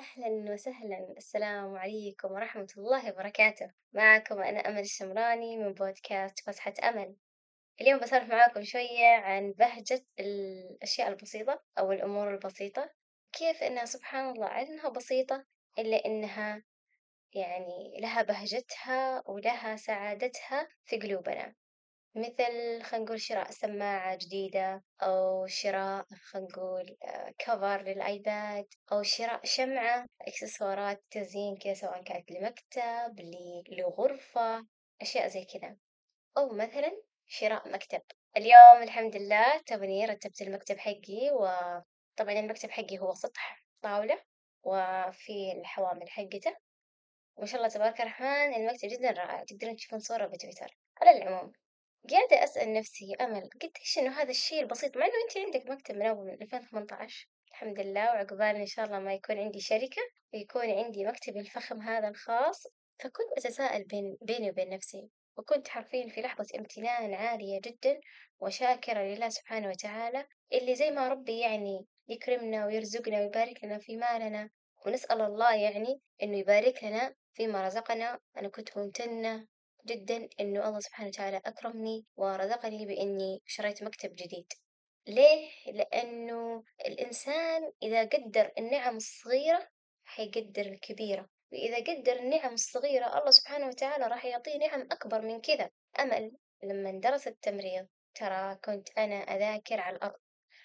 أهلا وسهلا، السلام عليكم ورحمة الله وبركاته. معكم أنا أمل الشمراني من بودكاست فتحة أمل. اليوم بسولف معاكم شوية عن بهجة الأشياء البسيطة أو الأمور البسيطة، كيف إنها سبحان الله على إنها بسيطة إلا إنها يعني لها بهجتها ولها سعادتها في قلوبنا. مثل خلينا نقول شراء سماعة جديدة أو شراء خلينا نقول كفر للآيباد أو شراء شمعة إكسسوارات تزيين كذا سواء كانت لمكتب لغرفة، أشياء زي كذا. أو مثلا شراء مكتب. اليوم الحمد لله توني رتبت المكتب حقي، وطبعا المكتب حقي هو سطح طاولة وفي الحوامل حقته. ما شاء الله تبارك الرحمن، المكتب جدا رائع، تقدرون تشوفون صورة بتويتر. على العموم قاعدة أسأل نفسي يا أمل قديش إنه هذا الشيء البسيط، مع إنه أنت عندك مكتب من أول من 2018 الحمد لله، وعقبال إن شاء الله ما يكون عندي شركة ويكون عندي مكتبي الفخم هذا الخاص. فكنت أتساءل بيني وبين نفسي، وكنت حرفيا في لحظة امتنان عالية جدا وشاكرة لله سبحانه وتعالى، اللي زي ما ربي يعني يكرمنا ويرزقنا ويبارك لنا في مالنا، ونسأل الله يعني إنه يبارك لنا فيما رزقنا. أنا كنت ممتنة جدًا إنه الله سبحانه وتعالى أكرمني ورزقني بإني شريت مكتب جديد. ليه؟ لأنه الإنسان إذا قدّر النعم الصغيرة حيقدّر الكبيرة، وإذا قدّر النعم الصغيرة الله سبحانه وتعالى راح يعطيه نعم أكبر من كذا. أمل لمن درست التمريض ترى كنت أنا أذاكر على الأرض،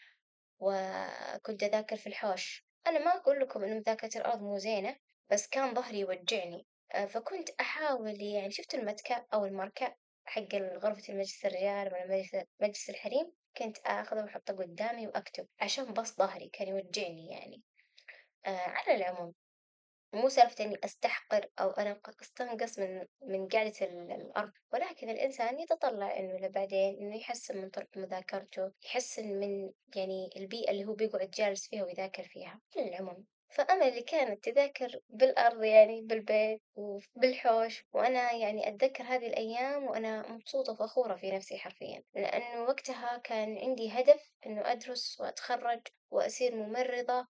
وكنت أذاكر في الحوش. أنا ما أقول لكم إنه مذاكرة الأرض مو زينة، بس كان ظهري يوجعني. فكنت أحاول يعني شفت المتكأ أو المركأ حق غرفة المجلس الرجال ولا مجلس الحريم، كنت آخذه وأحطه قدامي وأكتب عشان بس ظهري كان يوجعني يعني. على العموم مو سالفة إني أستحقر أو أنا أستنقص من قعدة الأرض، ولكن الإنسان يتطلع إنه لبعدين إنه يحسن من طرق مذاكرته، يحسن من يعني البيئة اللي هو بيقعد جالس فيها ويذاكر فيها. على العموم فأنا اللي كانت تذاكر بالأرض يعني بالبيت وبالحوش، وأنا يعني أتذكر هذه الأيام وأنا مبسوطة وفخورة في نفسي حرفيا، لأنه وقتها كان عندي هدف إنه أدرس وأتخرج وأصير ممرضة.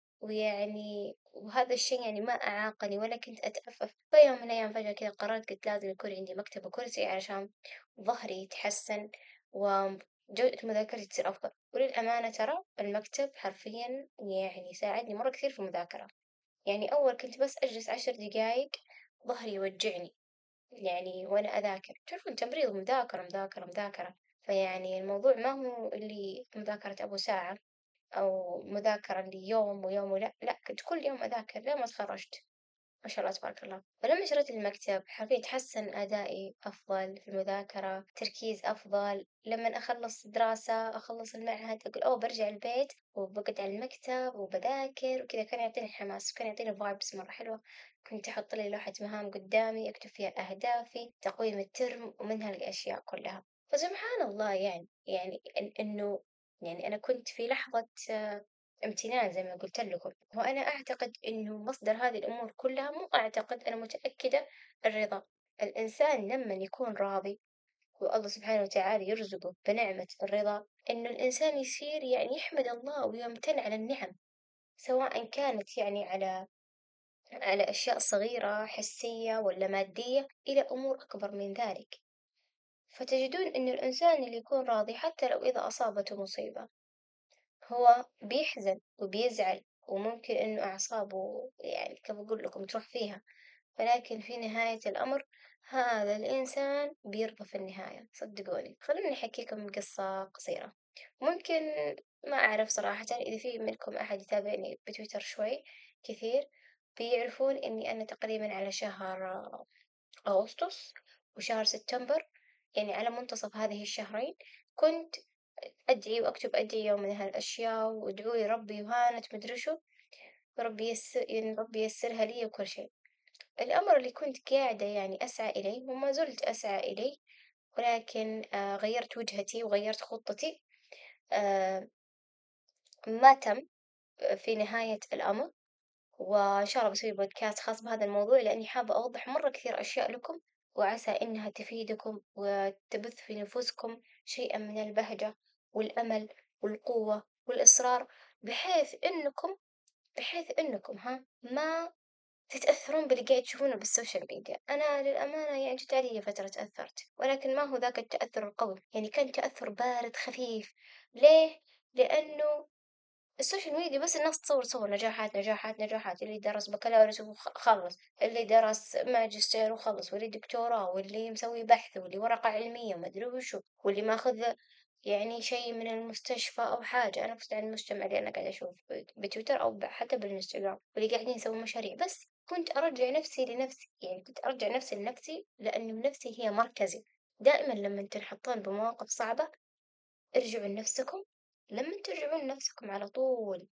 وهذا الشي يعني ما أعاقني ولا كنت أتأفف. في يوم من الأيام فجأة كذا قررت قلت لازم يكون عندي مكتب وكرسي علشان ظهري يتحسن وجودة مذاكرتي تصير أفضل. وللأمانة ترى المكتب حرفيا يعني ساعدني مرة كثير في المذاكرة. يعني أول كنت بس أجلس 10 دقايق ظهري يوجعني يعني وأنا أذاكر، تعرفون تمريض مذاكرة. فيعني الموضوع ما هو اللي مذاكرة أبو ساعة أو مذاكرة ليوم ويوم لأ، كنت كل يوم أذاكر لين ما تخرجت. ما شاء الله تبارك الله. فلما شريت المكتب حرفيا تحسن أدائي أفضل في المذاكرة، تركيز أفضل. لما أخلص دراسة أخلص المعهد أقول أوه برجع البيت وبقعد على المكتب وبذاكر وكذا، كان يعطيني حماس وكان يعطيني فايبس مرة حلوة. كنت أحط لي لوحة مهام قدامي أكتب فيها أهدافي، تقويم الترم ومن هالأشياء كلها. فسبحان الله يعني إنه يعني أنا كنت في لحظة امتنان زي ما قلت لكم. وأنا أعتقد إنه مصدر هذه الأمور كلها، مو أعتقد، أنا متأكدة، الرضا. الإنسان لما يكون راضي والله سبحانه وتعالى يرزقه بنعمة الرضا، إنه الإنسان يصير يعني يحمد الله ويمتن على النعم، سواء كانت يعني على أشياء صغيرة حسية ولا مادية إلى أمور أكبر من ذلك. فتجدون إنه الإنسان اللي يكون راضي حتى لو إذا أصابته مصيبة هو بيحزن وبيزعل، وممكن إنه أعصابه يعني كيف أقول لكم تروح فيها، ولكن في نهاية الأمر هذا الإنسان بيرضى في النهاية. صدقوني خلوني أحكيكم قصة قصيرة. ممكن ما أعرف صراحة إذا في منكم أحد يتابعني بتويتر شوي كثير بيعرفون إني أنا تقريبا على شهر أغسطس وشهر سبتمبر، يعني على منتصف هذه الشهرين كنت أدعي وأكتب أدعية ومن هالأشياء وادعوا لي ربي وهانت مدري شو، ربي يسر يعني ربي ييسرها لي وكل شيء. الأمر اللي كنت قاعدة يعني أسعى إليه وما زلت أسعى إليه، ولكن غيرت وجهتي وغيرت خطتي. آه ما تم في نهاية الأمر. وإن شاء الله بسوي بودكاست خاص بهذا الموضوع لأني حابة أوضح مرة كثير أشياء لكم، وعسى إنها تفيدكم وتبث في نفوسكم شيئا من البهجة والأمل والقوة والإصرار، بحيث إنكم بحيث إنكم ما تتأثرون باللي قاعد تشوفونه بالسوشيال ميديا. أنا للأمانة يعني جت علي فترة تأثرت، ولكن ما هو ذاك التأثر القوي، يعني كان تأثر بارد خفيف. ليه؟ لأنه السوشيال ميديا بس الناس تصور صور نجاحات نجاحات نجاحات، اللي درس بكالوريوس وخلص، اللي درس ماجستير وخلص، واللي دكتوراه، واللي مسوي بحث، واللي ورقة علمية وما أدري وشو، واللي ماخذ يعني شيء من المستشفى أو حاجة. أنا أقصد عن المجتمع اللي أنا قاعدة أشوف بتويتر أو حتى بالإنستغرام، واللي قاعدين يسوون مشاريع. بس كنت أرجع نفسي لنفسي، يعني كنت أرجع نفسي لنفسي، لأنه نفسي هي مركزي. دائما لما تنحطون بمواقف صعبة ارجعوا لنفسكم. لما ترجعون لنفسكم على طول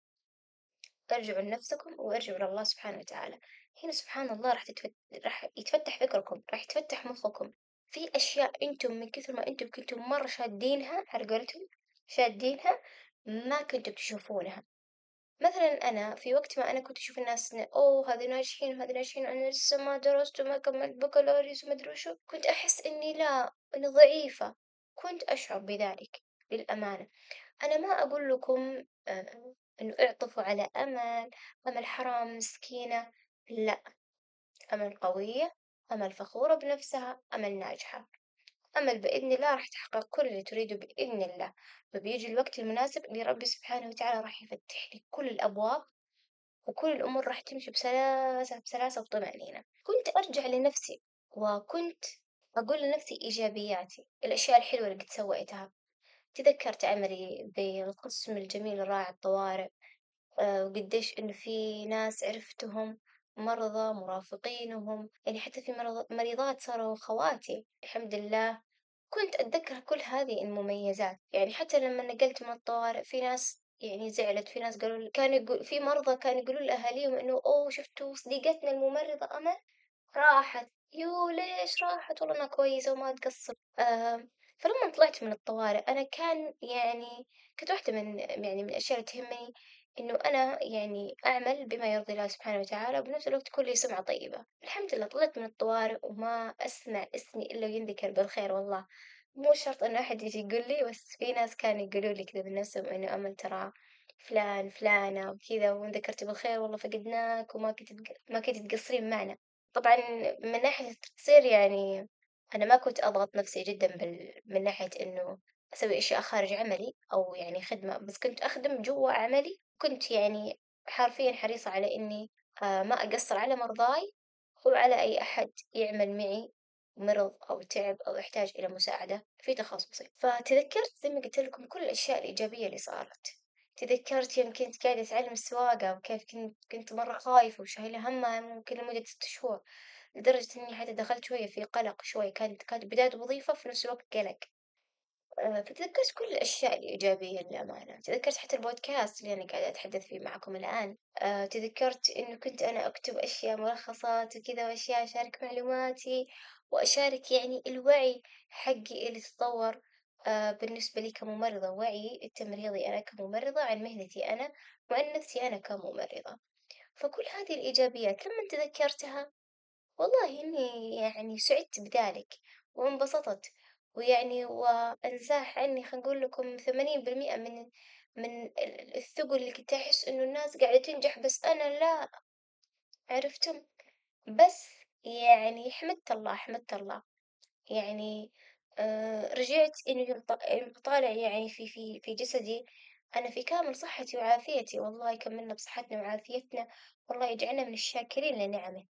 ارجعوا لنفسكم وارجعوا لله سبحانه وتعالى. هنا سبحان الله راح يتفتح فكركم، راح يتفتح مخكم في أشياء أنتم من كثر ما أنتم كنتم مرة شادينها على قولتهم، شادينها، ما كنتم تشوفونها. مثلا أنا في وقت ما أنا كنت أشوف الناس أوه هذي ناجحين وهذي ناجحين، أنا لسه ما درست وما كملت بكالوريوس وما أدري وشو، كنت أحس إني لا، إني ضعيفة. كنت أشعر بذلك للأمانة. أنا ما أقول لكم إنه اعطفوا على أمل، أمل حرام مسكينة، لأ. أمل قوية، أمل فخورة بنفسها، أمل ناجحة، أمل بإذن الله راح تحقق كل اللي تريده بإذن الله. فبيجي الوقت المناسب اللي ربي سبحانه وتعالى راح يفتح لك كل الأبواب، وكل الأمور راح تمشي بسلاسة بسلاسة وطمأنينة. كنت أرجع لنفسي وكنت أقول لنفسي إيجابياتي، الأشياء الحلوة اللي قد سويتها. تذكرت عملي بالقسم الجميل الرائع الطوارئ، وقديش إنه في ناس عرفتهم مرضى مرافقينهم، يعني حتى في مريضات صاروا خواتي الحمد لله. كنت أتذكر كل هذه المميزات، يعني حتى لما نقلت من الطوارئ في ناس يعني زعلت، في ناس قالوا كانوا في مرضى كانوا يقولوا لأهاليهم إنه أوه شفتوا صديقتنا الممرضة أمل راحت، يو ليش راحت؟ والله أنا كويسة وما تقصر. فلما طلعت من الطوارئ أنا كان يعني كانت واحدة من الأشياء اللي تهمني إنه أنا يعني أعمل بما يرضي الله سبحانه وتعالى، وبنفس الوقت كل لي سمعة طيبة. الحمد لله طلعت من الطوارئ وما أسمع اسمي إلا وينذكر بالخير والله. مو شرط إنه أحد يجي يقول لي، بس في ناس كانوا يقولوا لي كذا بنفسهم إنه أمل ترى فلان فلانة وكذا وانذكرتي بالخير والله فقدناك وما ما كنت تقصرين معنا. طبعًا من ناحية التقصير يعني أنا ما كنت أضغط نفسي جدًا من ناحية إنه أسوي أشياء خارج عملي أو يعني خدمة، بس كنت أخدم جوا عملي. كنت يعني حرفيًا حريصة على إني ما أقصّر على مرضاي وعلى أي أحد يعمل معي مرض أو تعب أو يحتاج إلى مساعدة في تخصصي. فتذكرت زي ما قلت لكم كل الأشياء الإيجابية اللي صارت. تذكرت يوم كنت قاعدة أتعلم السواقة وكيف كنت مرة خايفة وشايلة همها ممكن لمدة 6 شهور، لدرجة إني حتى دخلت شوية في قلق شوي، كانت بداية وظيفة في نفس الوقت قلق. فتذكرت كل الأشياء الإيجابية للأمانة. تذكرت حتى البودكاست اللي أنا قاعدة أتحدث فيه معكم الآن. تذكرت إنه كنت أنا أكتب أشياء ملخصات وكذا وأشياء أشارك معلوماتي وأشارك يعني الوعي حقي اللي تطور بالنسبة لي كممرضة، وعي التمريضي أنا كممرضة عن مهنتي أنا وعن نفسي أنا كممرضة. فكل هذه الإيجابيات لما تذكرتها والله إني يعني سعدت بذلك وانبسطت، ويعني وأنزاح عني خلينا نقول لكم 80% من الثقل اللي كنت أحس إنه الناس قاعدة تنجح بس أنا لا. عرفتم؟ بس يعني حمدت الله حمدت الله. يعني رجعت إنه يوم طالع يعني في جسدي أنا في كامل صحتي وعافيتي، والله يكملنا بصحتنا وعافيتنا، والله يجعلنا من الشاكرين لنعمه.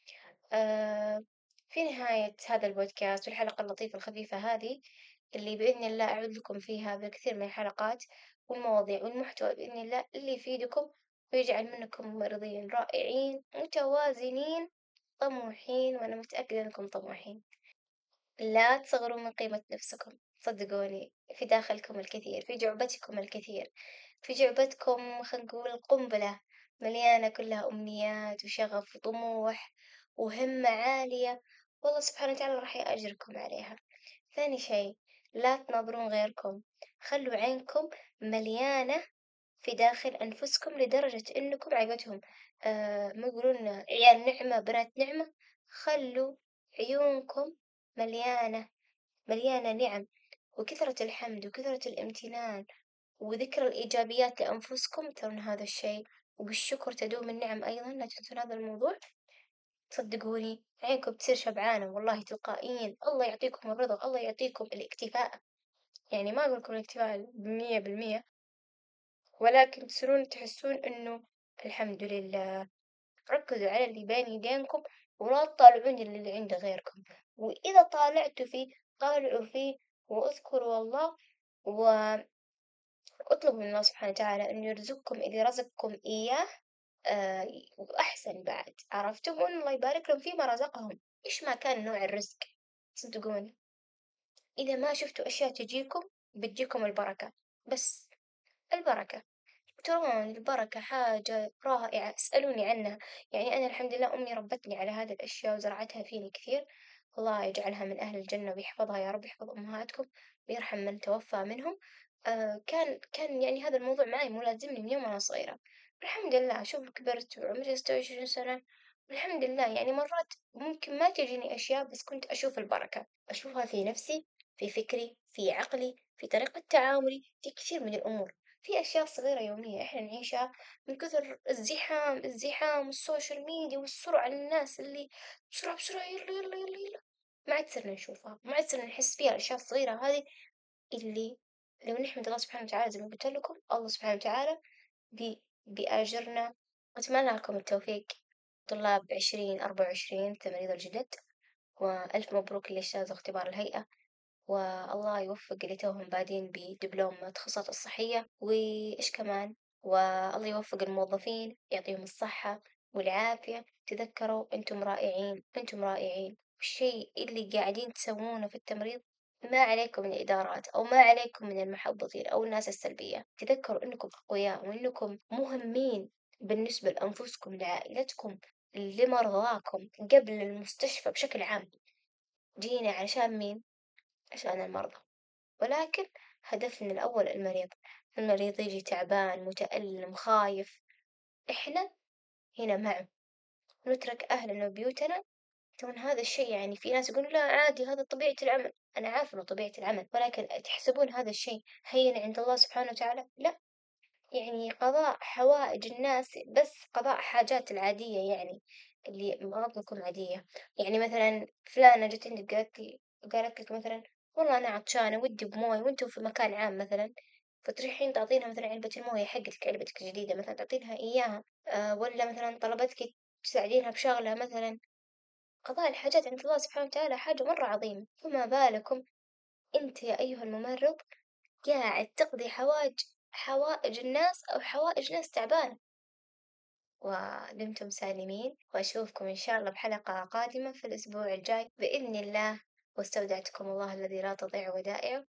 آه، في نهاية هذا البودكاست والحلقة اللطيفة الخفيفة هذه اللي بإذن الله أعود لكم فيها بكثير من الحلقات والمواضيع والمحتوى بإذن الله اللي يفيدكم ويجعل منكم ممرضين رائعين متوازنين طموحين، وأنا متأكدة أنكم طموحين. لا تصغروا من قيمة نفسكم، صدقوني في داخلكم الكثير، في جعبتكم الكثير، في جعبتكم خلينا نقول قنبلة مليانة كلها أمنيات وشغف وطموح وهمة عالية، والله سبحانه وتعالى راح يأجركم عليها. ثاني شي، لا تناظرون غيركم، خلوا عينكم مليانة في داخل أنفسكم لدرجة إنكم عيبتهم ما يقولون عيال نعمة بنات نعمة. خلوا عيونكم مليانة مليانة نعم وكثرة الحمد وكثرة الامتنان وذكر الإيجابيات لأنفسكم، ترى إن هذا الشيء وبالشكر تدوم النعم أيضًا، لا تنسون هذا الموضوع. صدقوني عينكم تصير شبعانة والله تلقائيًا، الله يعطيكم الرضا، الله يعطيكم الاكتفاء، يعني ما أقول لكم الاكتفاء ب100%، ولكن تصيرون تحسون إنه الحمد لله. ركزوا على اللي بين يدينكم ولا تطالعون اللي عند غيركم، وإذا طالعتوا فيه طالعوا فيه واذكروا الله واطلبوا من الله سبحانه وتعالى إنه يرزقكم اللي رزقكم إياه وأحسن بعد، عرفتم؟ وإن الله يبارك لهم فيما رزقهم، إيش ما كان نوع الرزق، صدقوني إذا ما شفتوا أشياء تجيكم بتجيكم البركة، بس البركة. ترون البركة حاجة رائعة، اسألوني عنها، يعني أنا الحمد لله أمي ربتني على هذه الأشياء وزرعتها فيني كثير، الله يجعلها من أهل الجنة ويحفظها يا رب، يحفظ أمهاتكم ويرحم من توفى منهم. كان يعني هذا الموضوع معي ملازمني من يوم وأنا صغيرة، الحمد لله شوف كبرت وعمري 26 سنة، والحمد لله يعني مرات ممكن ما تجيني أشياء بس كنت أشوف البركة، أشوفها في نفسي، في فكري، في عقلي، في طريقة تعاملي، في كثير من الأمور. في أشياء صغيرة يومية إحنا نعيشها من كثر الزحام والسوشيال ميديا والسرعة الناس اللي بسرعة بسرعة يلا يلا يلا يلا، ما عاد صرنا نشوفها، ما عاد صرنا نحس فيها الأشياء الصغيرة هذه اللي لو نحمد الله سبحانه وتعالى زي ما قلت لكم الله سبحانه وتعالى بيأجرنا. أتمنى لكم التوفيق طلاب 2024 تمريض الجدد، وألف مبروك اللي اجتازوا اختبار الهيئة، والله يوفق اللي توهم بادين بدبلوم التخصصات الصحية، وإيش كمان، والله يوفق الموظفين يعطيهم الصحة والعافية. تذكروا أنتم رائعين، أنتم رائعين، والشيء اللي قاعدين تسوونه في التمريض ما عليكم من الإدارات أو ما عليكم من المحبطين أو الناس السلبية، تذكروا أنكم أقوياء وأنكم مهمين بالنسبة لأنفسكم لعائلتكم لمرضاكم قبل المستشفى بشكل عام. جينا علشان مين؟ عشان المرضى، ولكن هدفنا الأول المريض. المريض يجي تعبان متألم خايف، إحنا هنا معه، نترك أهلنا وبيوتنا. طبعا هذا الشيء يعني في ناس يقولون لا عادي هذا طبيعة العمل، أنا عارفة إنه طبيعة العمل، ولكن تحسبون هذا الشيء هين عند الله سبحانه وتعالى؟ لا، يعني قضاء حوائج الناس بس قضاء حاجات العادية يعني اللي ما بتكون عادية، يعني مثلا فلانة جت عندك قالت لك مثلا والله أنا عطشانة ودي بموية وأنتوا في مكان عام مثلا، فتروحين تعطينها مثلا علبة الموية حقتك علبتك الجديدة مثلا تعطينها إياها، ولا مثلا طلبتك تساعدينها بشغلة مثلا. قضاء الحاجات عند الله سبحانه وتعالى حاجة مرة عظيمة، فما بالكم أنت يا أيها الممرض قاعد تقضي حوائج الناس أو حوائج ناس تعبانة. ودمتم سالمين وأشوفكم إن شاء الله بحلقة قادمة في الأسبوع الجاي بإذن الله، واستودعتكم الله الذي لا تضيع ودائعه.